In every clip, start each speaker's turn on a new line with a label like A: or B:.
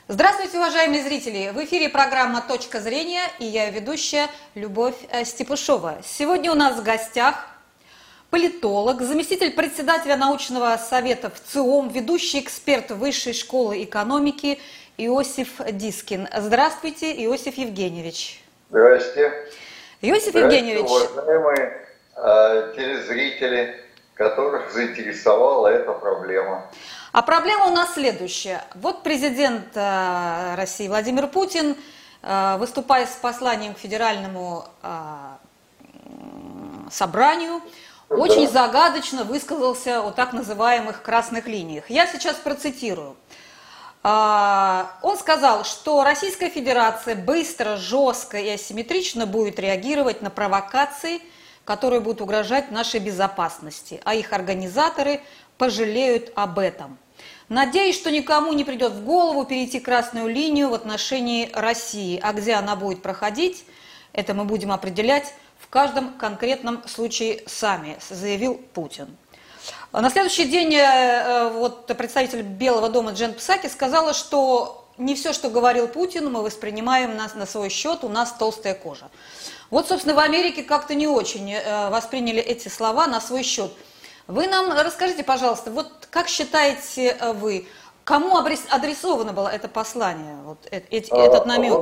A: Здравствуйте, уважаемые зрители! В эфире программа «Точка зрения» и я ведущая Любовь Степушова. Сегодня у нас в гостях политолог, заместитель председателя научного совета ВЦИОМ, ведущий эксперт Высшей школы экономики Иосиф Дискин. Здравствуйте, Иосиф Евгеньевич.
B: Здравствуйте.
A: Иосиф Евгеньевич.
B: Уважаемые телезрители, которых заинтересовала эта проблема.
A: А проблема у нас следующая. Вот президент России Владимир Путин, выступая с посланием к федеральному собранию, очень загадочно высказался о так называемых красных линиях. Я сейчас процитирую. Он сказал, что Российская Федерация быстро, жестко и асимметрично будет реагировать на провокации, которые будут угрожать нашей безопасности, а их организаторы пожалеют об этом. Надеюсь, что никому не придет в голову перейти красную линию в отношении России, а где она будет проходить, это мы будем определять в каждом конкретном случае сами, заявил Путин. На следующий день вот, представитель Белого дома Джен Псаки сказала, что не все, что говорил Путин, мы воспринимаем на свой счет, у нас толстая кожа. Вот, собственно, в Америке как-то не очень восприняли эти слова на свой счет. Вы нам расскажите, пожалуйста, вот как считаете вы, кому адресовано было это послание, вот этот намек?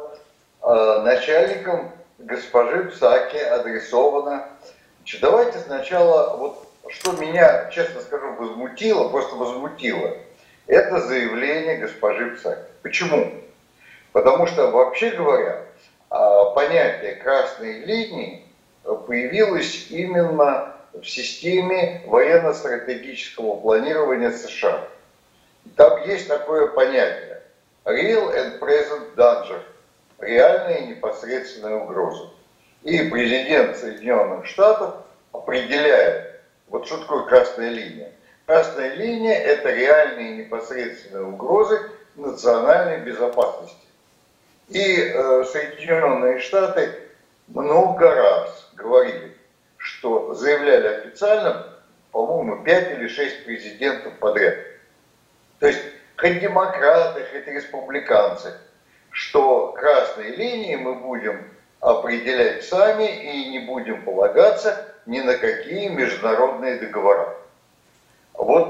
B: Начальником госпожи Псаки адресовано. Давайте сначала, вот что меня, честно скажу, возмутило, просто возмутило, это заявление госпожи Псаки. Почему? Потому что, вообще говоря, понятие красной линии появилось именно в системе военно-стратегического планирования США. Там есть такое понятие real and present danger, реальная и непосредственная угроза. И президент Соединенных Штатов определяет, вот что такое красная линия. Красная линия – это реальные и непосредственные угрозы национальной безопасности. И Соединенные Штаты много раз говорили, что заявляли официально, по-моему, 5 или 6 президентов подряд. То есть, хоть демократы, хоть республиканцы, что красные линии мы будем определять сами и не будем полагаться ни на какие международные договора. Вот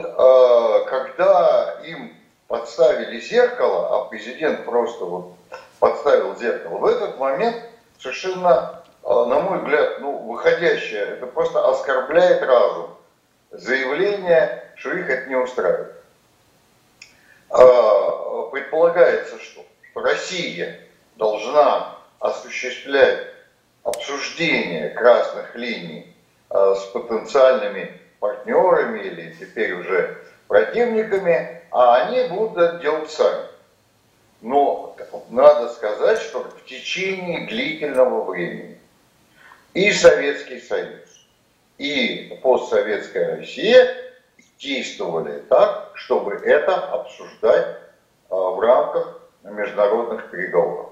B: когда им подставили зеркало, а президент просто вот подставил зеркало, в этот момент совершенно, на мой взгляд, выходящее, это просто оскорбляет разум. Заявление, что их это не устраивает. Предполагается, что Россия должна осуществлять обсуждение красных линий с потенциальными партнерами или теперь уже противниками, а они будут это делать сами. Но надо сказать, что в течение длительного времени и Советский Союз, и постсоветская Россия действовали так, чтобы это обсуждать в рамках международных переговоров.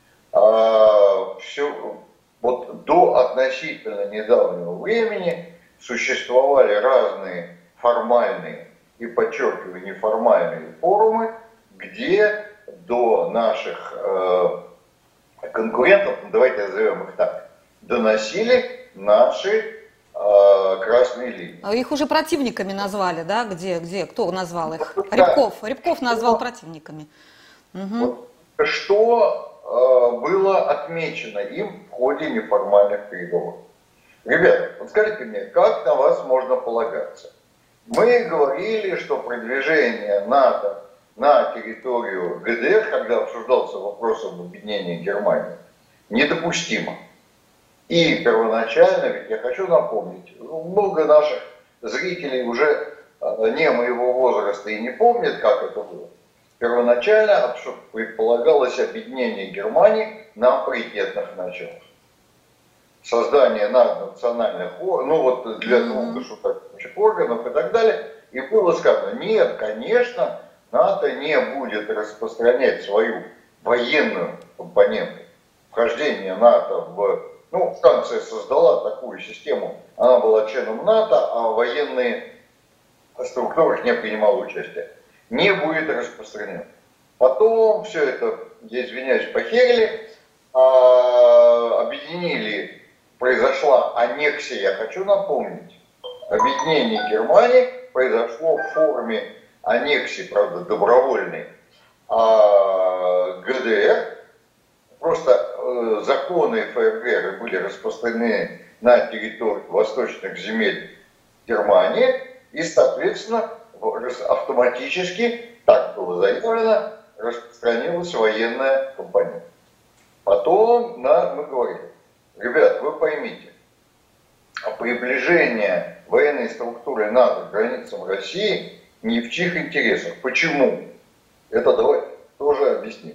B: Вот до относительно недавнего времени существовали разные формальные и, подчеркиваю, неформальные форумы, где до наших конкурентов, давайте назовем их так, доносили наши красные линии.
A: Их уже противниками назвали, да? Где? Кто назвал их? Рябков назвал противниками.
B: Угу. Вот, что было отмечено им в ходе неформальных переговоров. Ребята, вот скажите мне, как на вас можно полагаться? Мы говорили, что продвижение НАТО на территорию ГДР, когда обсуждался вопрос об объединении Германии, недопустимо. И первоначально, ведь я хочу напомнить, много наших зрителей уже не моего возраста и не помнят, как это было. Первоначально предполагалось объединение Германии на паритетных началах. Создание наднациональных, для двух государственных органов и так далее. И было сказано, нет, конечно, НАТО не будет распространять свою военную компоненту. Вхождение НАТО Франция создала такую систему, она была членом НАТО, а военные структуры не принимала участия. Не будет распространено. Потом все это, я извиняюсь, похерили, объединили, произошла аннексия, я хочу напомнить, объединение Германии произошло в форме аннексии, правда, добровольной, ГДР. Просто законы ФРГ были распространены на территории восточных земель Германии, и, соответственно, автоматически, так было заявлено, распространилась военная компонента. Потом мы говорили, ребят, вы поймите, приближение военной структуры НАТО к границам России ни в чьих интересах. Почему? Это давайте тоже объясним.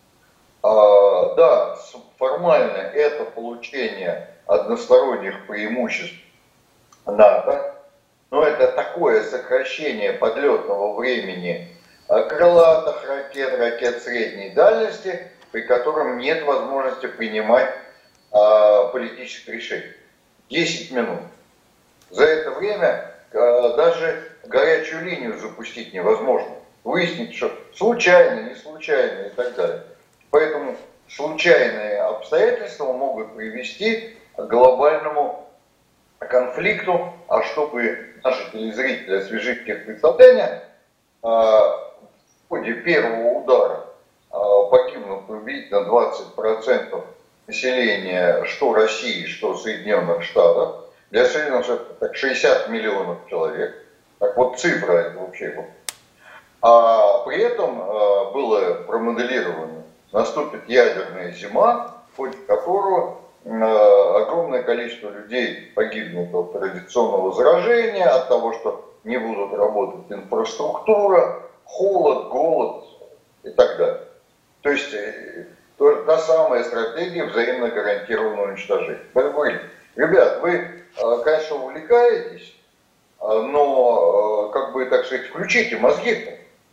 B: Да, формально это получение односторонних преимуществ НАТО, но это такое сокращение подлетного времени крылатых ракет, ракет средней дальности, при котором нет возможности принимать политических решений. 10 минут. За это время даже горячую линию запустить невозможно. Выяснить, что случайно, не случайно и так далее. Поэтому случайные обстоятельства могут привести к глобальному конфликту, а чтобы наши телезрители освежить их представление, в ходе первого удара погибнут приблизительно 20% населения что России, что Соединенных Штатов. Для Соединенных Штатов это 60 миллионов человек. Так вот цифра это вообще. А при этом было промоделировано, наступит ядерная зима, в ходе которого огромное количество людей погибнут от радиационного заражения, от того, что не будут работать инфраструктура, холод, голод и так далее. То есть та самая стратегия взаимно гарантированного уничтожения. Поэтому говорим, ребят, вы, конечно, увлекаетесь, но, как бы, так сказать, включите мозги-то.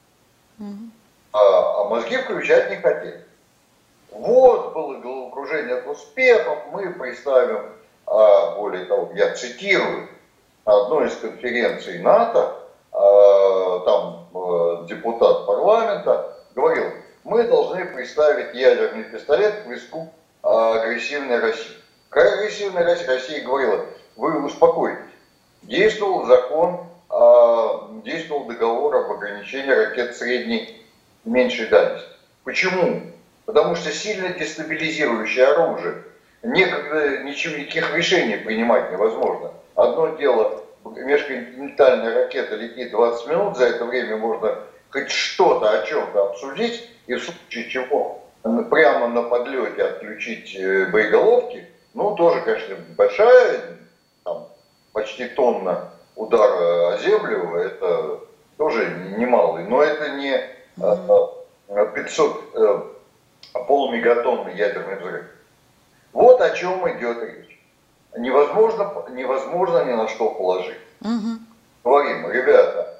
B: А мозги включать не хотели. Вот было головокружение от успехов, мы представим, более того, я цитирую, на одной из конференций НАТО, там депутат парламента говорил, мы должны представить ядерный пистолет к виску агрессивной России. Какая агрессивная Россия? Россия говорила, вы успокойтесь. Действовал закон, действовал договор об ограничении ракет средней и меньшей дальности. Почему? Потому что сильно дестабилизирующее оружие. Некогда никаких решений принимать невозможно. Одно дело, межконтинентальная ракета летит 20 минут, за это время можно хоть что-то о чем-то обсудить, и в случае чего прямо на подлете отключить боеголовки, ну тоже, конечно, большая, там, почти тонна удара о землю, это тоже немалый, но это не 500 полумегатонный ядерный взрыв. Вот о чем идет речь. Невозможно ни на что положить. Говорим, ребята,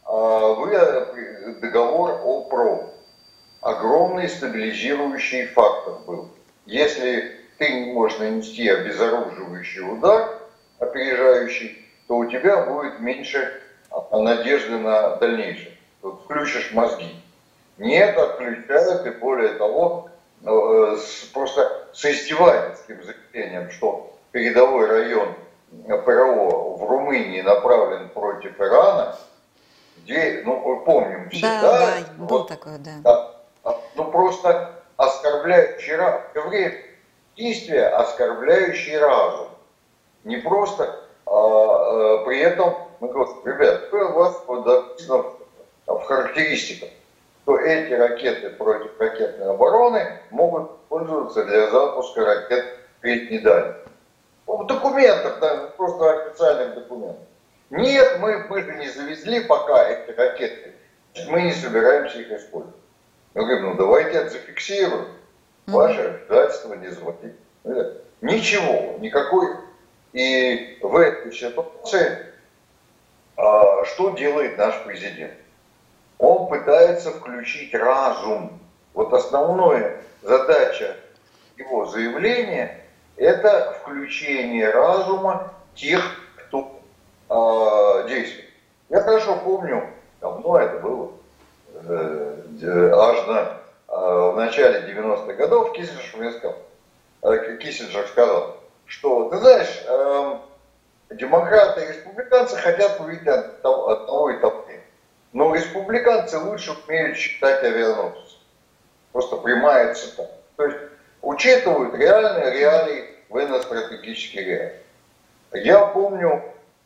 B: договор о ПРО. Огромный стабилизирующий фактор был. Если ты не можешь нанести обезоруживающий удар, опережающий, то у тебя будет меньше надежды на дальнейшее. Вот включишь мозги. Нет, отключают, и более того, просто с издевательским заявлением, что передовой район ПРО в Румынии направлен против Ирана, где, ну, помним все,
A: да, был такой,
B: да. Ну, просто оскорбляющий разум, действия, оскорбляющие разум. Не просто, при этом, мы говорим, ребят, у вас написано в характеристиках, что эти ракеты противоракетной обороны могут пользоваться для запуска ракет средней дальности. В документах, да, просто официальных документах. Нет, мы же не завезли пока эти ракеты, мы не собираемся их использовать. Мы говорим, ну давайте это зафиксируем. Ваше обязательство не заводить. Ничего, никакой. И в этой ситуации что делает наш президент? Он пытается включить разум. Вот основная задача его заявления – это включение разума тех, кто действует. Я хорошо помню, давно это было, в начале 90-х годов Киссинджер сказал, что, ты знаешь, демократы и республиканцы хотят увидеть одного и того же. Но республиканцы лучше умеют считать авианосцы. Просто прямая цитата. То есть учитывают реальные реалии, военно-стратегические реалии. Я помню,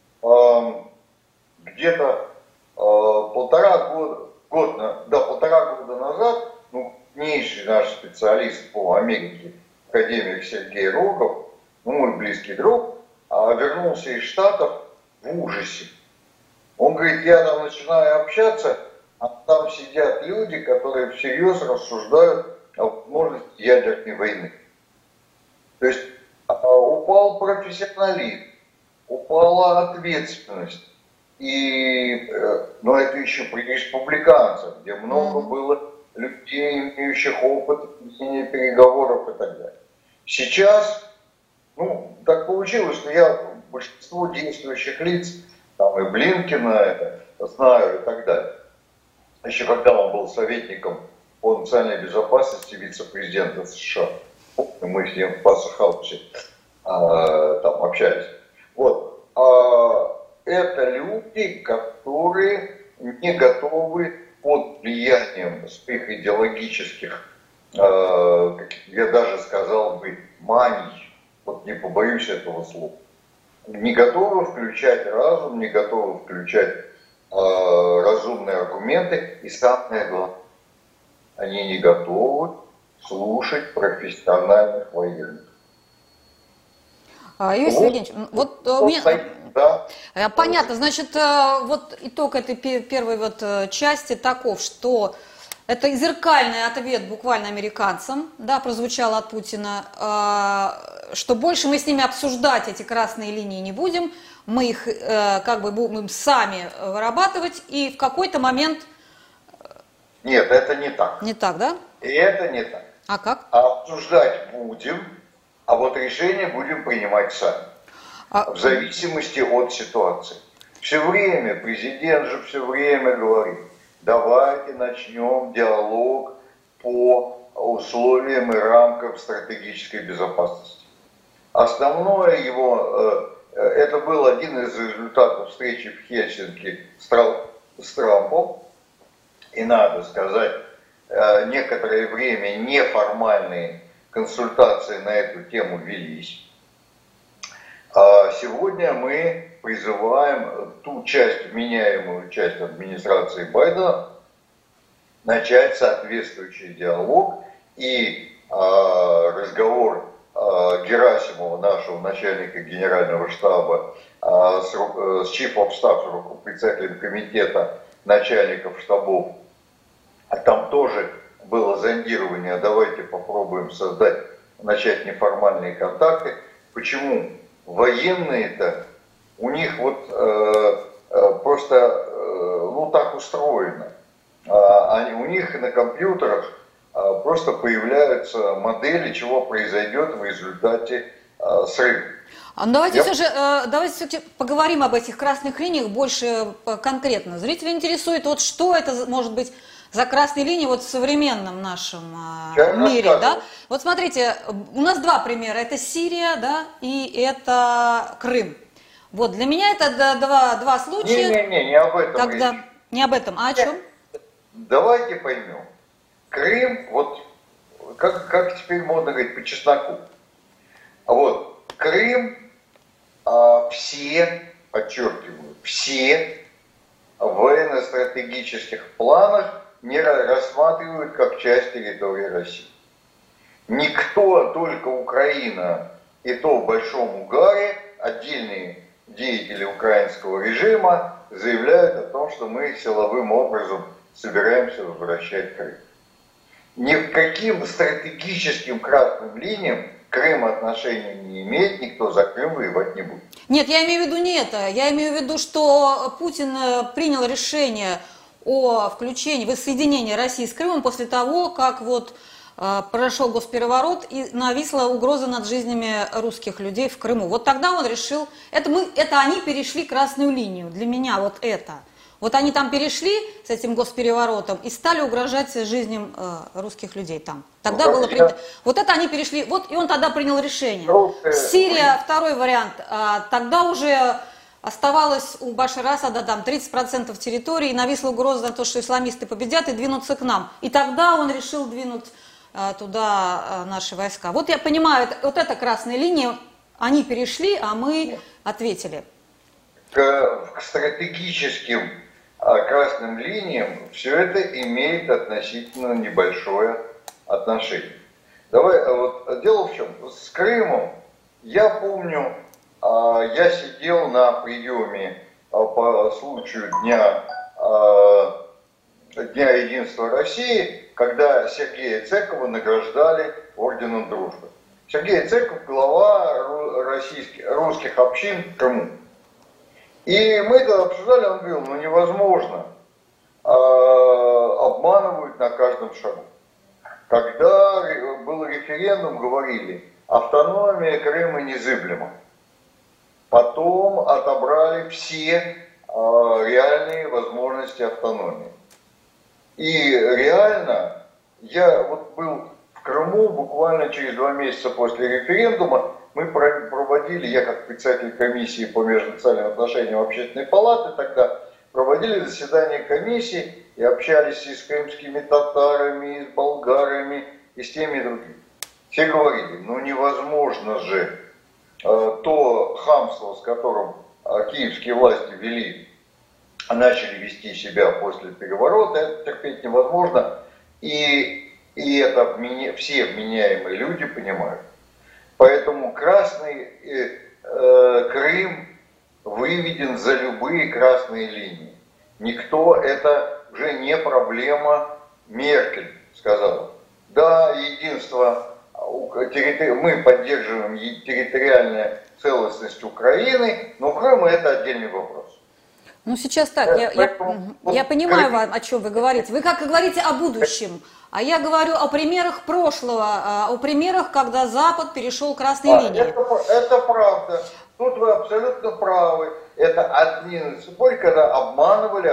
B: где-то полтора года назад, крупнейший наш специалист по Америке, академик Сергей Рогов, мой близкий друг, вернулся из Штатов в ужасе. Он говорит, я там начинаю общаться, а там сидят люди, которые всерьез рассуждают о возможности ядерной войны. То есть упал профессионализм, упала ответственность. Но это еще при республиканцах, где много было людей, имеющих опыт ведения переговоров и так далее. Сейчас, так получилось, что я большинство действующих лиц, там и Блинкина это знаю и так далее. Еще когда он был советником по национальной безопасности вице-президента США. Мы с ним в Пасахаусе там общались. Вот. Это люди, которые не готовы под влиянием своих идеологических, я даже сказал бы, маний, вот не побоюсь этого слова, не готовы включать разум, не готовы включать разумные аргументы, и самое главное, они не готовы слушать профессиональных военных.
A: Юрий Сергеевич, вот у меня...
B: Да.
A: Понятно, значит, вот итог этой первой вот части таков, что это зеркальный ответ буквально американцам, да, прозвучал от Путина, что больше мы с ними обсуждать эти красные линии не будем, мы их как бы будем сами вырабатывать, и в какой-то момент...
B: Нет, это не так.
A: Не так, да?
B: И это не так.
A: А как?
B: Обсуждать будем, а вот решение будем принимать сами. В зависимости от ситуации. Все время, президент же все время говорит, давайте начнем диалог по условиям и рамкам стратегической безопасности. Основное его, это был один из результатов встречи в Хельсинки с Трампом, и надо сказать, некоторое время неформальные консультации на эту тему велись. Сегодня мы призываем ту часть, вменяемую часть администрации Байдена, начать соответствующий диалог, и разговор Герасимова, нашего начальника генерального штаба, с Chief of Staff, руководителем комитета начальников штабов, там тоже было зондирование, давайте попробуем начать неформальные контакты. Почему? Военные-то, у них вот просто так устроено. У них на компьютерах просто появляются модели, чего произойдет в результате срыва.
A: Давайте все-таки поговорим об этих красных линиях больше конкретно. Зрители интересует, вот что это может быть за красные линии вот в современном нашем мире, да? Вот смотрите, у нас два примера, это Сирия, да, и это Крым. Вот для меня это два случая.
B: Не об этом речь.
A: Не об этом, а о чем?
B: Давайте поймем. Крым, вот как теперь модно говорить, по чесноку. Вот Крым, все, подчеркиваю, все в военно-стратегических планах не рассматривают как часть территории России. Никто, только Украина, и то в большом угаре, отдельные деятели украинского режима заявляют о том, что мы силовым образом собираемся возвращать Крым. Ни к каким стратегическим красным линиям Крым отношения не имеет, никто за Крым воевать не будет.
A: Нет, я имею в виду не это. Я имею в виду, что Путин принял решение о включении, воссоединении России с Крымом после того, как вот прошел госпереворот и нависла угроза над жизнями русских людей в Крыму. Вот тогда он решил, это они перешли красную линию. Для меня вот это. Вот они там перешли с этим госпереворотом и стали угрожать жизням русских людей там. Тогда было вот это они перешли, вот и он тогда принял решение. Сирия, второй вариант, тогда уже оставалось у Башара Асада там 30% территории, и нависла угроза на то, что исламисты победят и двинутся к нам. И тогда он решил двинуть туда наши войска. Вот я понимаю, вот эта красная линия, они перешли, а мы ответили.
B: К стратегическим красным линиям все это имеет относительно небольшое отношение. Вот дело в чем? С Крымом, я помню, я сидел на приеме по случаю Дня Единства России, когда Сергея Цекова награждали орденом Дружбы. Сергей Цеков — глава русских общин в Крыму. И мы это обсуждали, он говорил, ну невозможно, обманывают на каждом шагу. Когда был референдум, говорили, автономия Крыма незыблема. Потом отобрали все реальные возможности автономии. И реально, я вот был в Крыму буквально через 2 месяца после референдума, мы проводили, я как председатель комиссии по межнациональным отношениям Общественной палаты тогда, проводили заседание комиссии и общались и с крымскими татарами, и с болгарами, и с теми и другими. Все говорили, ну невозможно же то хамство, с которым киевские власти начали вести себя после переворота, это терпеть невозможно, и это все вменяемые люди понимают. Поэтому Красный Крым выведен за любые красные линии. Это уже не проблема. Меркель сказала, да, единство, мы поддерживаем территориальную целостность Украины, но Крым — это отдельный вопрос.
A: Ну сейчас так, я понимаю, о чем вы говорите. Вы как говорите о будущем. А я говорю о примерах прошлого, о примерах, когда Запад перешел красные линии.
B: Это правда. Тут вы абсолютно правы. Это один из цепочек, когда обманывали.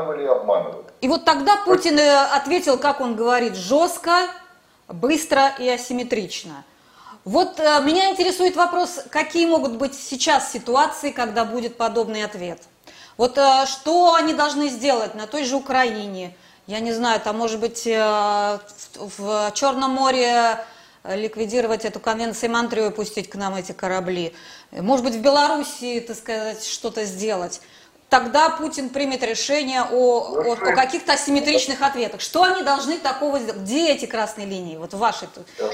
A: И вот тогда Путин ответил, как он говорит, жестко, быстро и асимметрично. Вот меня интересует вопрос, какие могут быть сейчас ситуации, когда будет подобный ответ. Вот что они должны сделать на той же Украине? Я не знаю, там, может быть, в Черном море ликвидировать эту конвенцию Монтрео и пустить к нам эти корабли. Может быть, в Белоруссии, так сказать, что-то сделать. Тогда Путин примет решение о каких-то асимметричных ответах. Что они должны такого сделать? Где эти красные линии, вот с вашей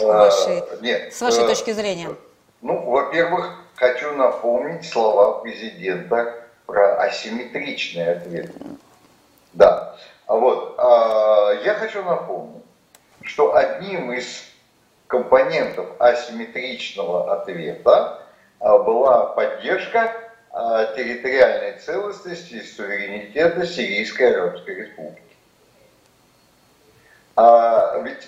A: точки зрения?
B: Ну, во-первых, хочу напомнить слова президента про асимметричные ответы. Да. Вот, я хочу напомнить, что одним из компонентов асимметричного ответа была поддержка территориальной целостности и суверенитета Сирийской Арабской Республики. Ведь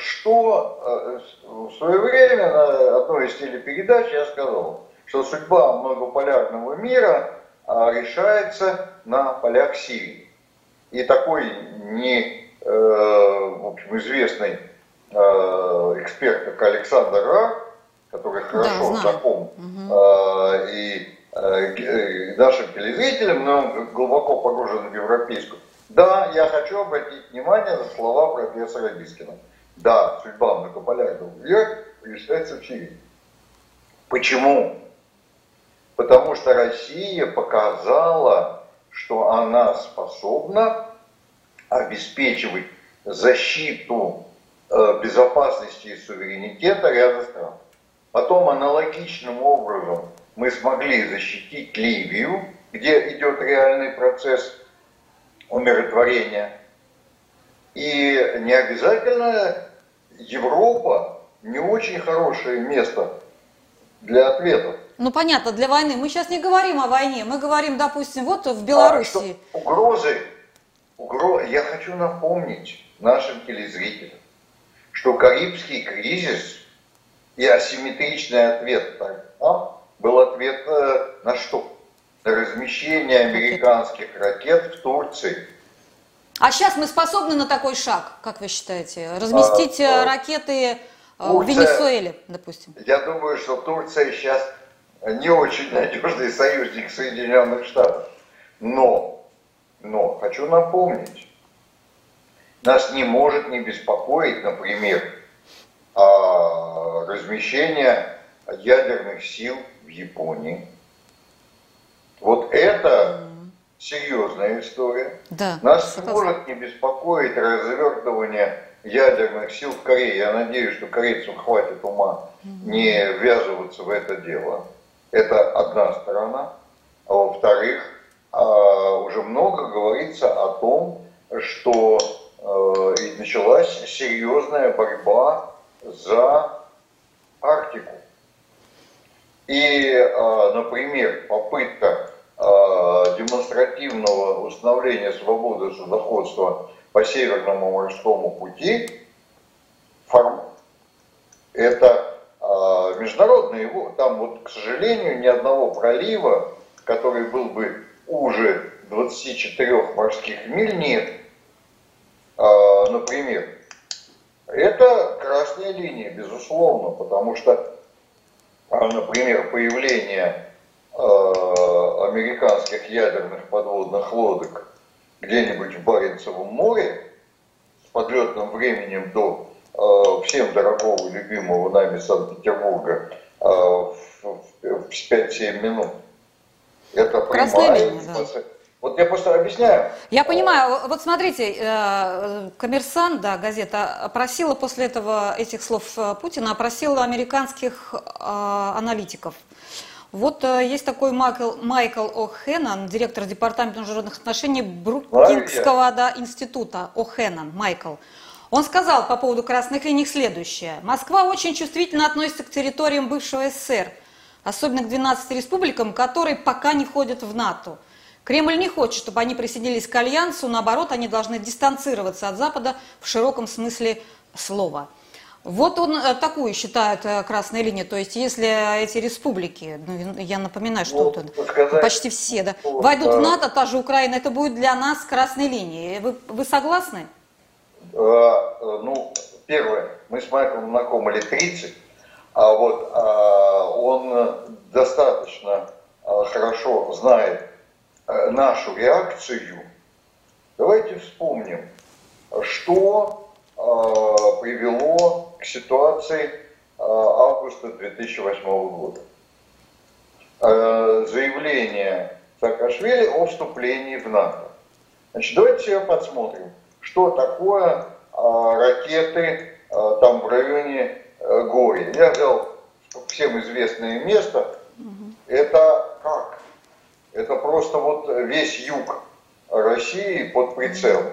B: в свое время на одной из телепередач я сказал, что судьба многополярного мира решается на полях Сирии. И такой в общем, известный эксперт, как Александр Ра, который хорошо знаком и нашим телезрителям, но он глубоко погружен в европейскую. Да, я хочу обратить внимание на слова профессора Дискина. Да, судьба многополярного мира решается в Сирии. Почему? Потому что Россия показала, что она способна обеспечивать защиту безопасности и суверенитета ряда стран. Потом аналогичным образом мы смогли защитить Ливию, где идет реальный процесс умиротворения. И не обязательно Европа не очень хорошее место для ответов.
A: Ну понятно, для войны. Мы сейчас не говорим о войне, мы говорим, допустим, вот в Беларуси.
B: Я хочу напомнить нашим телезрителям, что Карибский кризис и асимметричный ответ был ответ на что? на размещение американских ракет в Турции.
A: А сейчас мы способны на такой шаг, как вы считаете? Разместить ракеты в Венесуэле, допустим?
B: Я думаю, что Турция сейчас не очень надежный союзник Соединенных Штатов. Но хочу напомнить, нас не может не беспокоить, например, размещение ядерных сил в Японии. Вот это серьезная история.
A: Да,
B: нас не может не беспокоить развертывание ядерных сил в Корее. Я надеюсь, что корейцам хватит ума не ввязываться в это дело. Это одна сторона. А во-вторых, уже много говорится о том, что началась серьезная борьба за Арктику. И, например, попытка демонстративного установления свободы судоходства по Северному морскому пути, это международные воды. Там вот, к сожалению, ни одного пролива, который был бы уже 24 морских миль, нет. Например, это красная линия, безусловно, потому что, например, появление американских ядерных подводных лодок где-нибудь в Баренцевом море с подлетным временем до всем дорогого, любимого нами Санкт-Петербурга в 5-7 минут. Это прямая. Вот я просто объясняю.
A: Я понимаю. Вот смотрите, «Коммерсант», да, газета, опросила после этих слов Путина, опросила американских аналитиков. Вот есть такой Майкл О'Хеннон, директор департамента международных отношений Брукингского института. О'Хеннон, Майкл. Он сказал по поводу красных линий следующее. Москва очень чувствительно относится к территориям бывшего СССР, особенно к 12 республикам, которые пока не входят в НАТО. Кремль не хочет, чтобы они присоединились к альянсу, наоборот, они должны дистанцироваться от Запада в широком смысле слова. Вот он такую считает красной линией, то есть если эти республики, я напоминаю, что почти все, да, войдут в НАТО, та же Украина, это будет для нас красной линией. Вы согласны?
B: Ну, первое, мы с Майклом знакомы лет 30, а вот он достаточно хорошо знает нашу реакцию. Давайте вспомним, что привело к ситуации августа 2008 года. Заявление Саакашвили о вступлении в НАТО. Значит, давайте себе подсмотрим, что такое ракеты там в районе Гори. Я взял всем известное место. Это как? Это просто вот весь юг России под прицелом.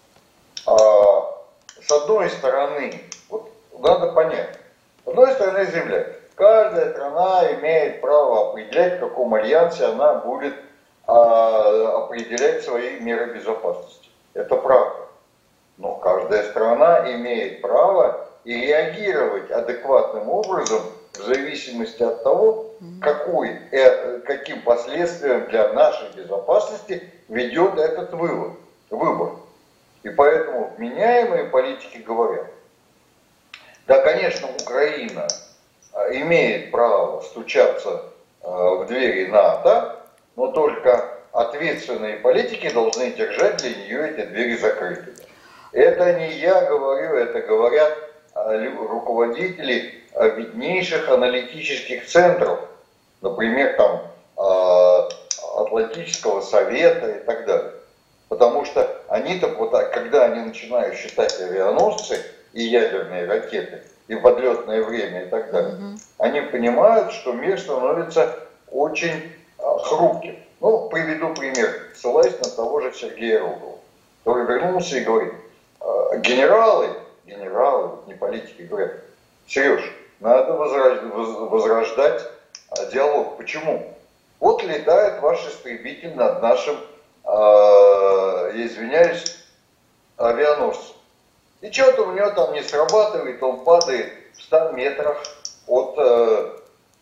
B: С одной стороны, вот надо понять, с одной стороны заявляют, каждая страна имеет право определять, в каком альянсе она будет определять свои меры безопасности. Это правда. Но каждая страна имеет право и реагировать адекватным образом в зависимости от того, каким последствиям для нашей безопасности ведет этот выбор. И поэтому вменяемые политики говорят, да, конечно, Украина имеет право стучаться в двери НАТО, но только ответственные политики должны держать для нее эти двери закрытыми. Это не я говорю, это говорят руководители виднейших аналитических центров, например, там Атлантического совета и так далее. Потому что они-то, когда они начинают считать авианосцы и ядерные ракеты, и подлетное время и так далее, они понимают, что мир становится очень хрупким. Ну, приведу пример, ссылаясь на того же Сергея Рогова, который вернулся и говорит, генералы, не политики, говорят, Сереж, надо возрождать диалог. Почему? Вот летает ваш истребитель над нашим, я извиняюсь, авианосцем. И что-то у него там не срабатывает, он падает в 100 метрах от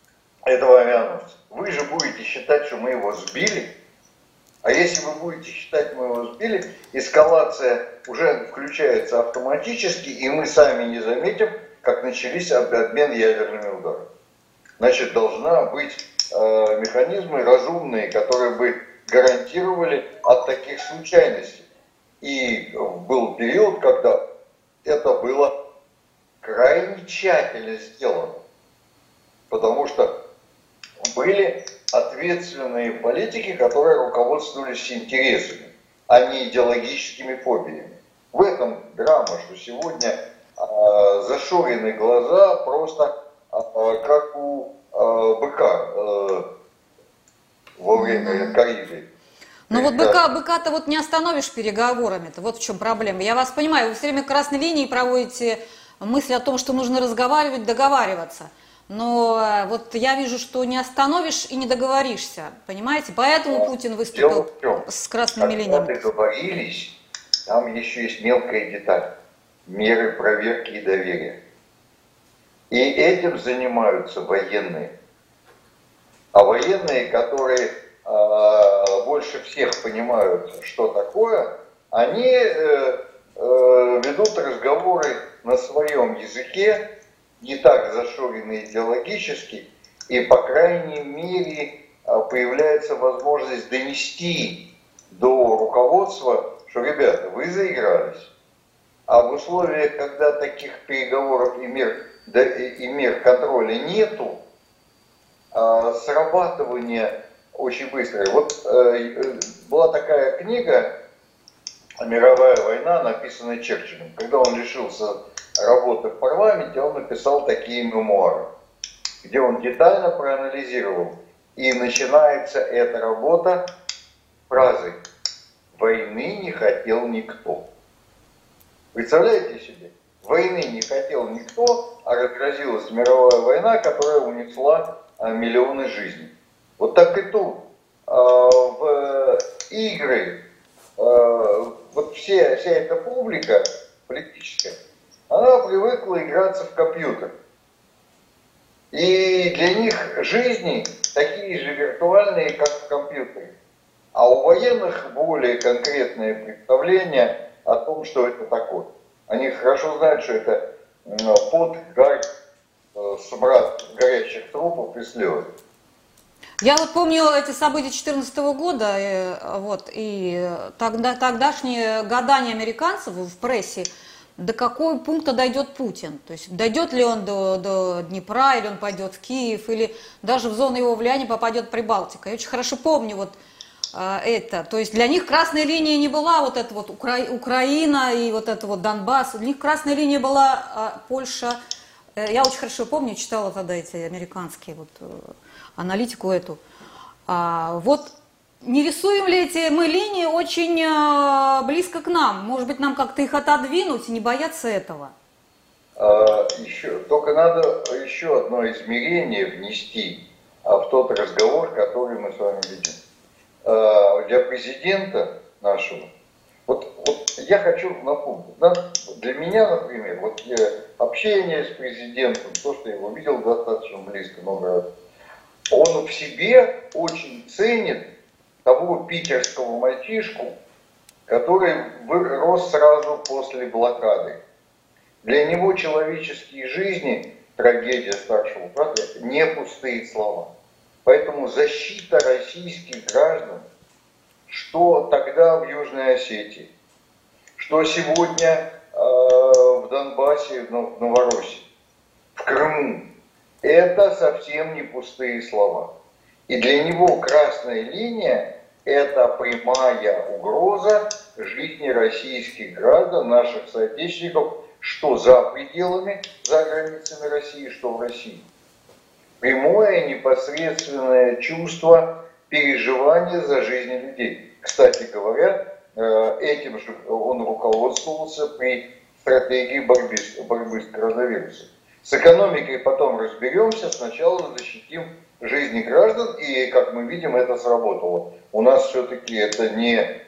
B: этого авианосца. Вы же будете считать, что мы его сбили. А если вы будете считать, мы его сбили, эскалация уже включается автоматически, и мы сами не заметим, как начались обмен ядерными ударами. Значит, должна быть механизмы разумные, которые бы гарантировали от таких случайностей. И был период, когда это было крайне тщательно сделано. Потому что были ответственные политики, которые руководствовались интересами, а не идеологическими фобиями. В этом драма, что сегодня зашорены глаза просто как у быка во время корриды.
A: Ну вот быка-то вот не остановишь переговорами-то, вот в чем проблема. Я вас понимаю, вы все время красной линией проводите мысль о том, что нужно разговаривать, договариваться. Но вот я вижу, что не остановишь и не договоришься, понимаете? Поэтому Путин выступил с красными линиями.
B: Когда договорились, там еще есть мелкая деталь. Меры проверки и доверия. И этим занимаются военные. А военные, которые больше всех понимают, что такое, они ведут разговоры на своем языке, не так зашоренный идеологически, и, по крайней мере, появляется возможность донести до руководства, что, ребята, вы заигрались. А в условиях, когда таких переговоров и мер контроля нету, срабатывание очень быстрое. Вот была такая книга «Мировая война», написанная Черчиллем. Когда он лишился работы в парламенте, он написал такие мемуары, где он детально проанализировал. И начинается эта работа фразой «Войны не хотел никто». Представляете себе? Войны не хотел никто, а разразилась мировая война, которая унесла миллионы жизней. Вот так и тут. В игры, вот вся эта публика политическая, она привыкла играться в компьютер. И для них жизни такие же виртуальные, как в компьютере. А у военных более конкретное представление о том, что это такое. Они хорошо знают, что это пот, гарь, смрад горящих трупов и слез.
A: Я вот помню эти события 2014 года, вот, и тогдашние гадания американцев в прессе, до какого пункта дойдет Путин. То есть дойдет ли он до Днепра, или он пойдет в Киев, или даже в зону его влияния попадет Прибалтика. Я очень хорошо помню вот это. То есть для них красная линия не была вот эта вот Украина и вот это вот Донбасс. Для них красная линия была Польша. Я очень хорошо помню, читала тогда эти американские вот аналитику эту. Вот не рисуем ли эти мы линии очень близко к нам? Может быть, нам как-то их отодвинуть и не бояться этого?
B: Только надо еще одно измерение внести в тот разговор, который мы с вами ведем. Для президента нашего, вот я хочу напомнить, для меня, например, вот общение с президентом, то, что я его видел достаточно близко много раз, он в себе очень ценит того питерского мальчишку, который рос сразу после блокады. Для него человеческие жизни, трагедия старшего брата, не пустые слова. Поэтому защита российских граждан, что тогда в Южной Осетии, что сегодня в Донбассе, в Новороссии, в Крыму, это совсем не пустые слова. И для него красная линия – это прямая угроза жизни российских граждан, наших соотечественников, что за пределами, за границами России, что в России. Прямое непосредственное чувство переживания за жизни людей. Кстати говоря, этим же он руководствовался при стратегии борьбы с коронавирусом. С экономикой потом разберемся, сначала защитим жизни граждан, и, как мы видим, это сработало. У нас все-таки это не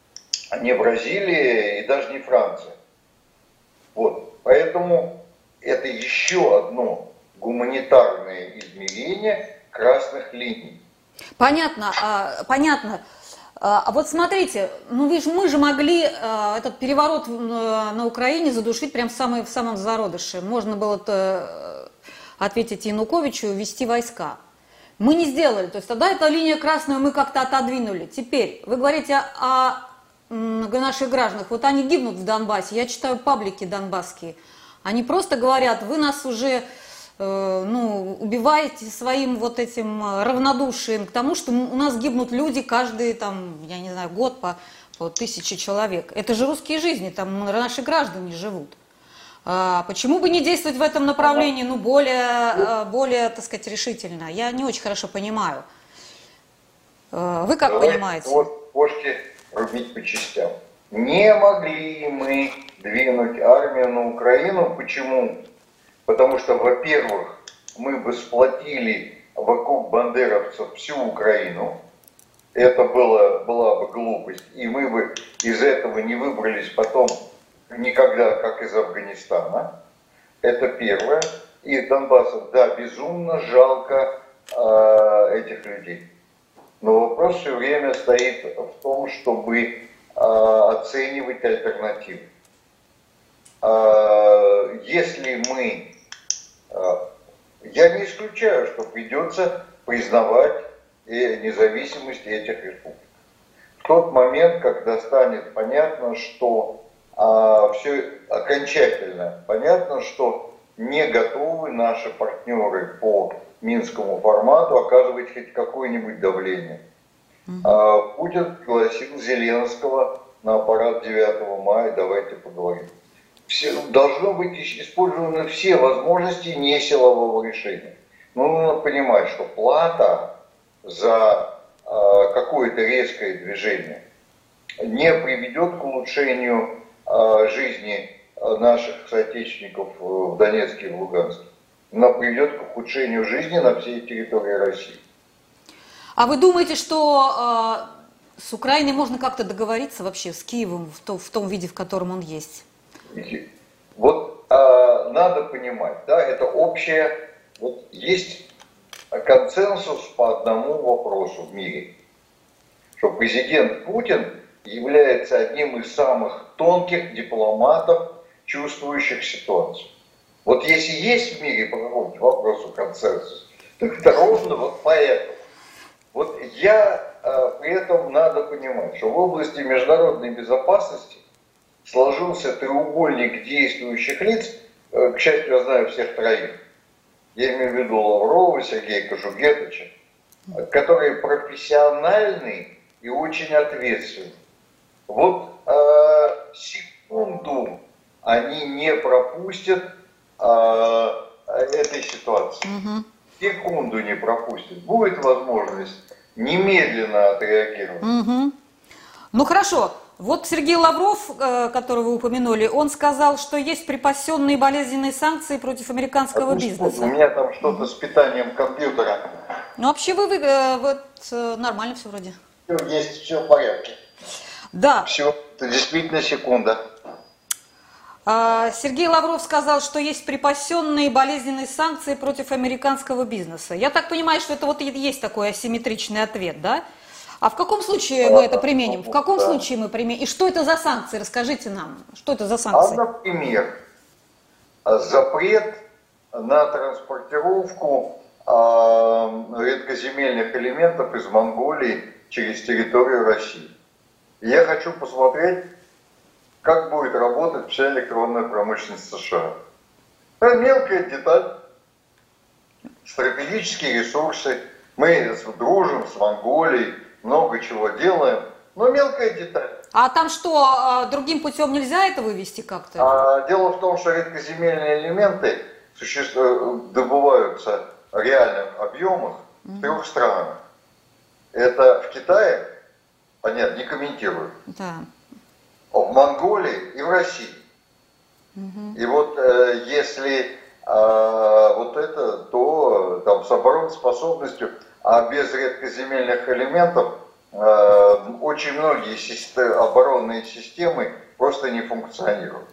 B: Бразилия и даже не Франция. Вот. Поэтому это еще одно гуманитарное измерение красных линий.
A: Понятно, понятно. А вот смотрите, ну мы же могли этот переворот на Украине задушить прям в самом зародыше. Можно было ответить Януковичу и ввести войска. Мы не сделали, то есть тогда эта линия красную мы как-то отодвинули. Теперь вы говорите о наших гражданах, вот они гибнут в Донбассе, я читаю паблики донбасские, они просто говорят, вы нас уже убиваете своим вот этим равнодушием к тому, что у нас гибнут люди каждый, там, я не знаю, год по 1000 человек. Это же русские жизни, там наши граждане живут. Почему бы не действовать в этом направлении, более, так сказать, решительно? Я не очень хорошо понимаю. Вы как понимаете?
B: Вот кошки рубить по частям. Не могли мы двинуть армию на Украину. Почему? Потому что, во-первых, мы бы сплотили вокруг бандеровцев всю Украину. Это была бы глупость. И мы бы из этого не выбрались потом никогда, как из Афганистана. Это первое. И донбассов, да, безумно жалко этих людей. Но вопрос все время стоит в том, чтобы оценивать альтернативы. Если мы... Я не исключаю, что придется признавать независимость этих республик. В тот момент, когда станет понятно, что все окончательно понятно, что не готовы наши партнеры по Минскому формату оказывать хоть какое-нибудь давление. Путин пригласил Зеленского на аппарат 9 мая, давайте поговорим. Должны быть использованы все возможности несилового решения. Но нужно понимать, что плата за какое-то резкое движение не приведет к улучшению жизни наших соотечественников в Донецке и в Луганске. Она приведет к ухудшению жизни на всей территории России.
A: А вы думаете, что с Украиной можно как-то договориться вообще, с Киевом в том виде, в котором он есть?
B: Вот надо понимать, да, это общее, вот есть консенсус по одному вопросу в мире, что президент Путин является одним из самых тонких дипломатов, чувствующих ситуацию. Вот если есть в мире по какому-то вопросу консенсус, то это ровно вот поэтому. Вот при этом надо понимать, что в области международной безопасности сложился треугольник действующих лиц, к счастью, я знаю всех троих. Я имею в виду Лаврова, Сергея Кожугетовича, которые профессиональны и очень ответственны. Вот секунду они не пропустят этой ситуации. Секунду не пропустят. Будет возможность немедленно отреагировать.
A: Ну хорошо. Вот Сергей Лавров, которого вы упомянули, он сказал, что есть припасенные болезненные санкции против американского бизнеса.
B: У меня там что-то с питанием компьютера.
A: Ну вообще вы нормально все вроде.
B: Есть, все в порядке.
A: Да.
B: Все, это действительно секунда.
A: Сергей Лавров сказал, что есть припасенные болезненные санкции против американского бизнеса. Я так понимаю, что это вот и есть такой асимметричный ответ, да? А в каком случае мы это применим? В каком случае мы применим? И что это за санкции? Расскажите нам, что это за санкции?
B: Например, запрет на транспортировку редкоземельных элементов из Монголии через территорию России. Я хочу посмотреть, как будет работать вся электронная промышленность США. Это мелкая деталь. Стратегические ресурсы. Мы дружим с Монголией, много чего делаем, но мелкая деталь.
A: А там что, другим путем нельзя это вывести как-то?
B: Дело в том, что редкоземельные элементы добываются в реальных объемах в 3 странах. Это в Китае, понятно, не комментирую.
A: Да.
B: В Монголии и в России. И вот если вот это, то там с обороноспособностью, а без редкоземельных элементов очень многие оборонные системы просто не функционируют.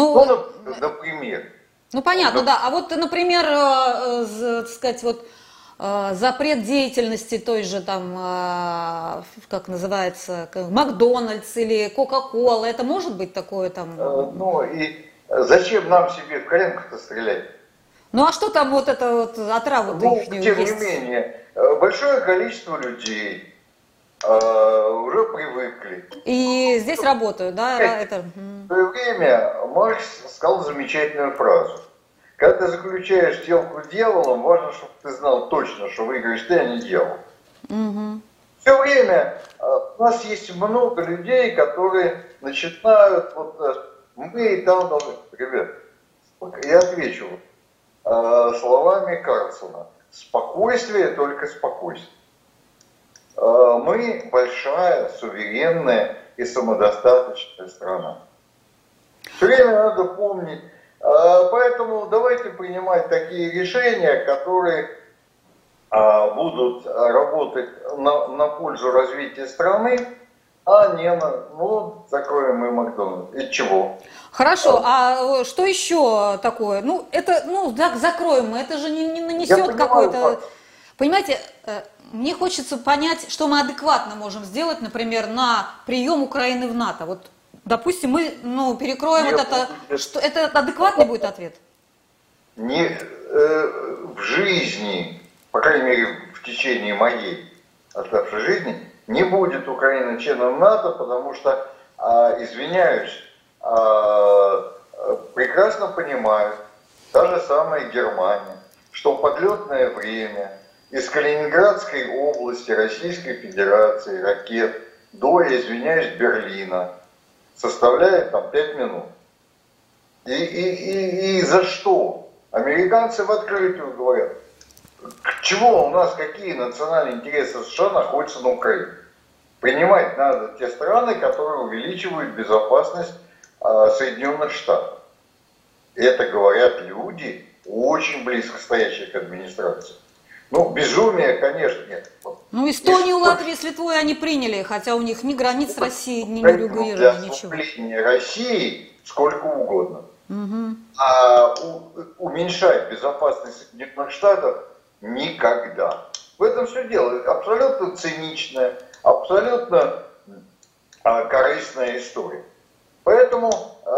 B: Например.
A: Ну понятно, да. А вот, например, так сказать, вот запрет деятельности той же там, как называется, Макдональдс или Кока-Кола, это может быть такое там?
B: Ну и зачем нам себе в коленку-то стрелять?
A: Ну а что там вот это вот отраву-то
B: Ну,
A: ихнюю
B: тем
A: есть?
B: не менее, большое количество людей уже привыкли.
A: И здесь работают, да? Это...
B: В свое время Маркс сказал замечательную фразу. Когда ты заключаешь сделку с дьяволом, важно, чтобы ты знал точно, что выиграешь ты, а не дьявол.
A: Угу.
B: Все время у нас есть много людей, которые начинают, вот мы и там должны, ребят, я отвечу словами Карлсона. Спокойствие, только спокойствие. Мы большая, суверенная и самодостаточная страна. Все время надо помнить. Поэтому давайте принимать такие решения, которые будут работать на пользу развития страны, а не на, ну, закроем мы Макдональдс. И чего?
A: Хорошо, а что еще такое? Ну, это, ну, так, закроем мы, это же не нанесет какой-то... Понимаете, мне хочется понять, что мы адекватно можем сделать, например, на прием Украины в НАТО. Вот, допустим, мы, ну, перекроем вот это... Что, это адекватный будет ответ?
B: Не в жизни, по крайней мере, в течение моей оставшей жизни, не будет Украины членом НАТО, потому что, извиняюсь, прекрасно понимают, та же самая Германия, что в подлетное время из Калининградской области Российской Федерации ракет до, я извиняюсь, Берлина составляет там 5 минут. И за что? Американцы в открытую говорят, чего у нас, какие национальные интересы США находятся на Украине. Принимать надо те страны, которые увеличивают безопасность Соединенных Штатов. Это говорят люди, очень близко стоящие к администрации. Ну, безумие, конечно, нет.
A: Ну, Эстонию, Латвию с Литвой они приняли, хотя у них ни границ России, ни регулирования, ничего.
B: Для России сколько угодно.
A: Угу.
B: А уменьшать безопасность Соединенных Штатов никогда. В этом все дело. Абсолютно циничная, абсолютно корыстная история. Поэтому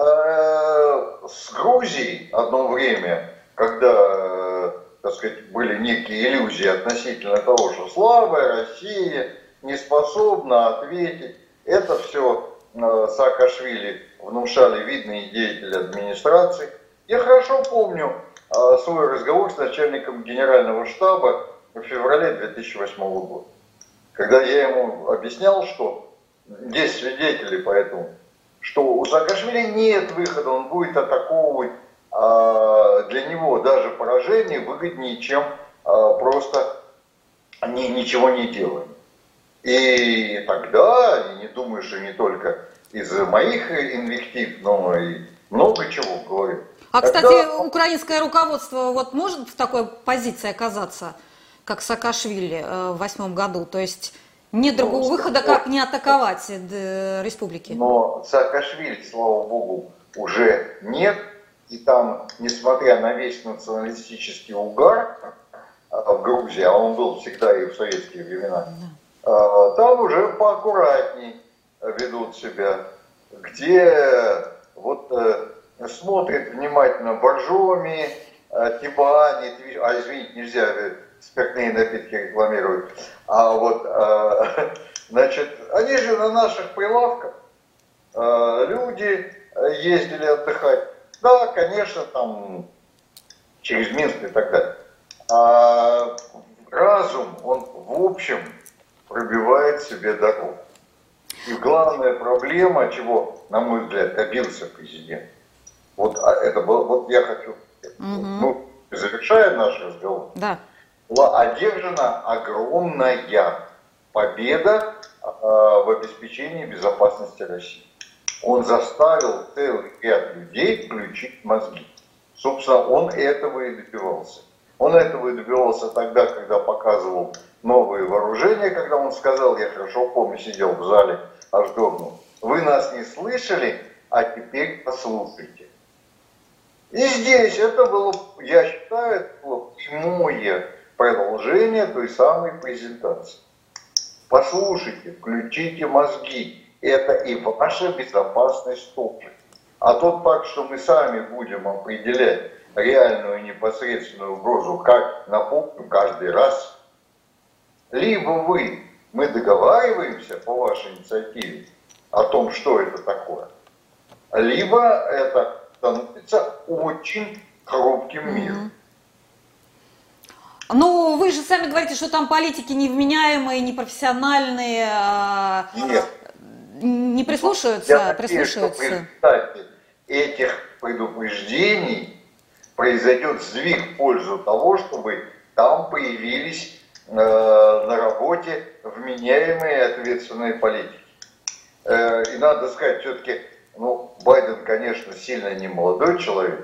B: с Грузией одно время, когда, так сказать, были некие иллюзии относительно того, что слабая Россия не способна ответить, это все Саакашвили внушали видные деятели администрации. Я хорошо помню свой разговор с начальником генерального штаба в феврале 2008 года, когда я ему объяснял, что есть свидетели по этому, что у Саакашвили нет выхода, он будет атаковывать, для него даже поражение выгоднее, чем просто ничего не делать. И тогда, и не думаю, что не только из моих инвектив, но и много чего говорю.
A: А, кстати, украинское руководство вот может в такой позиции оказаться, как Саакашвили в 2008 году? То есть нет другого выхода, как не атаковать республики? Но
B: Саакашвили, слава богу, уже нет. И там, несмотря на весь националистический угар в Грузии, а он был всегда и в советские времена, там уже поаккуратней ведут себя, где вот смотрят внимательно Боржоми, Тибани, извините, нельзя спиртные напитки рекламировать, а вот, значит, они же на наших прилавках, люди ездили отдыхать, да, конечно, там, через Минск и так далее, а разум, он в общем пробивает себе дорогу. И главная проблема, чего, на мой взгляд, добился президент, вот это было, вот я хочу, ну, завершая наш разговор,
A: да,
B: была одержана огромная победа в обеспечении безопасности России. Он заставил целый ряд людей включить мозги. Собственно, он этого и добивался. Он этого и добивался тогда, когда показывал новые вооружения, когда он сказал, я хорошо помню, сидел в зале, аж дрогнул, вы нас не слышали, а теперь послушайте. И здесь это было, я считаю, это было прямое продолжение той самой презентации. Послушайте, включите мозги. Это и ваша безопасность тоже. А тот факт, что мы сами будем определять реальную и непосредственную угрозу, как, напомню, каждый раз, либо мы договариваемся по вашей инициативе о том, что это такое, либо это становится очень хрупким миром.
A: Ну, вы же сами говорите, что там политики невменяемые, непрофессиональные,
B: Нет.
A: не прислушиваются,
B: Я надеюсь,
A: прислушиваются.
B: что в результате этих предупреждений произойдет сдвиг в пользу того, чтобы там появились на работе вменяемые и ответственные политики. И надо сказать, все-таки, ну, Байден, конечно, сильно не молодой человек,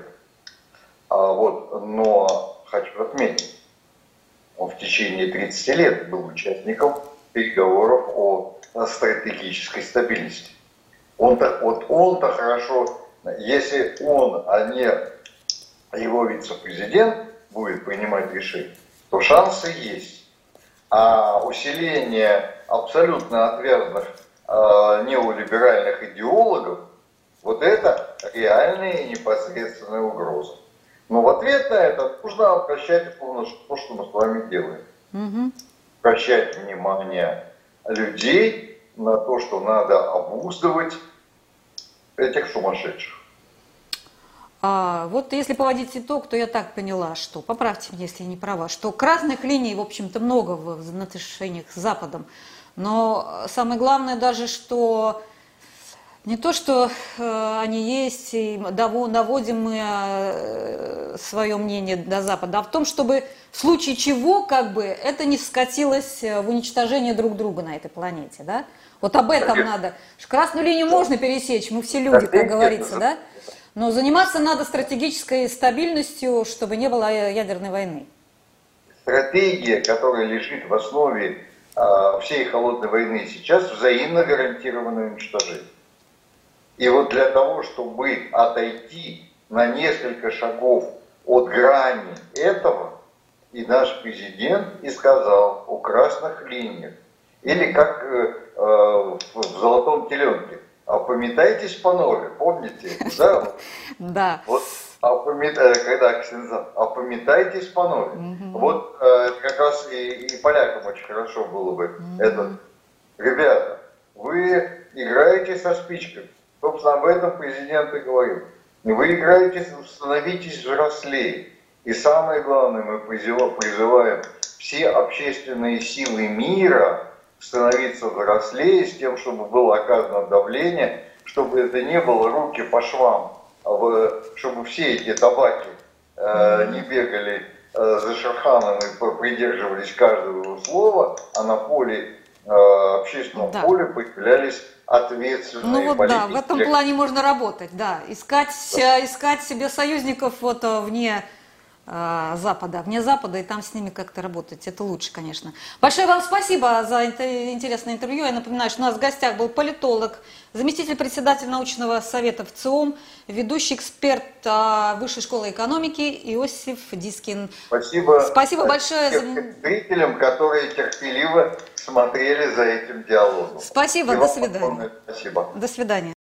B: но хочу отметить, он в течение 30 лет был участником переговоров о стратегической стабильности. Он-то хорошо, если он, а не его вице-президент будет принимать решения, то шансы есть. А усиление абсолютно отвязных неолиберальных идеологов, вот это реальная и непосредственная угроза. Но в ответ на это нужно обращать то, что мы с вами делаем. Обращать внимание людей на то, что надо обуздывать этих сумасшедших.
A: Вот если поводить итог, то я так поняла, что, поправьте меня, если я не права, что красных линий, в общем-то, много в отношениях с Западом. Но самое главное даже, что не то, что они есть, и доводим мы свое мнение до Запада, а в том, чтобы в случае чего, как бы, это не скатилось в уничтожение друг друга на этой планете, да? Вот об этом надо. Красную линию можно пересечь, мы все люди, как говорится, да? Но заниматься надо стратегической стабильностью, чтобы не было ядерной войны.
B: Стратегия, которая лежит в основе всей холодной войны сейчас, взаимно гарантированное уничтожение. И вот для того, чтобы отойти на несколько шагов от грани этого, и наш президент и сказал о красных линиях. Или как в «Золотом теленке». Опомитайтесь по нове, помните? Да.
A: Да.
B: Вот, когда Ксенза, опомитайтесь по нове. Вот как раз и полякам очень хорошо было бы это. Ребята, вы играете со спичками. Собственно, об этом президент и говорил. Вы играете, становитесь взрослее. И самое главное, мы призываем все общественные силы мира становиться взрослее с тем, чтобы было оказано давление, чтобы это не было руки по швам, чтобы все эти табаки не бегали за Шерханом и придерживались каждого слова, а на поле, общественном поле появлялись ответственные политики.
A: Да, в этом плане можно работать, да. Искать себе союзников вот вне Запада, и там с ними как-то работать. Это лучше, конечно. Большое вам спасибо за интересное интервью. Я напоминаю, что у нас в гостях был политолог, заместитель председателя научного совета ВЦИОМ, ведущий эксперт Высшей школы экономики Иосиф Дискин. Спасибо большое
B: зрителям, которые терпеливо смотрели за этим диалогом.
A: Спасибо, до свидания.
B: Спасибо.
A: До свидания.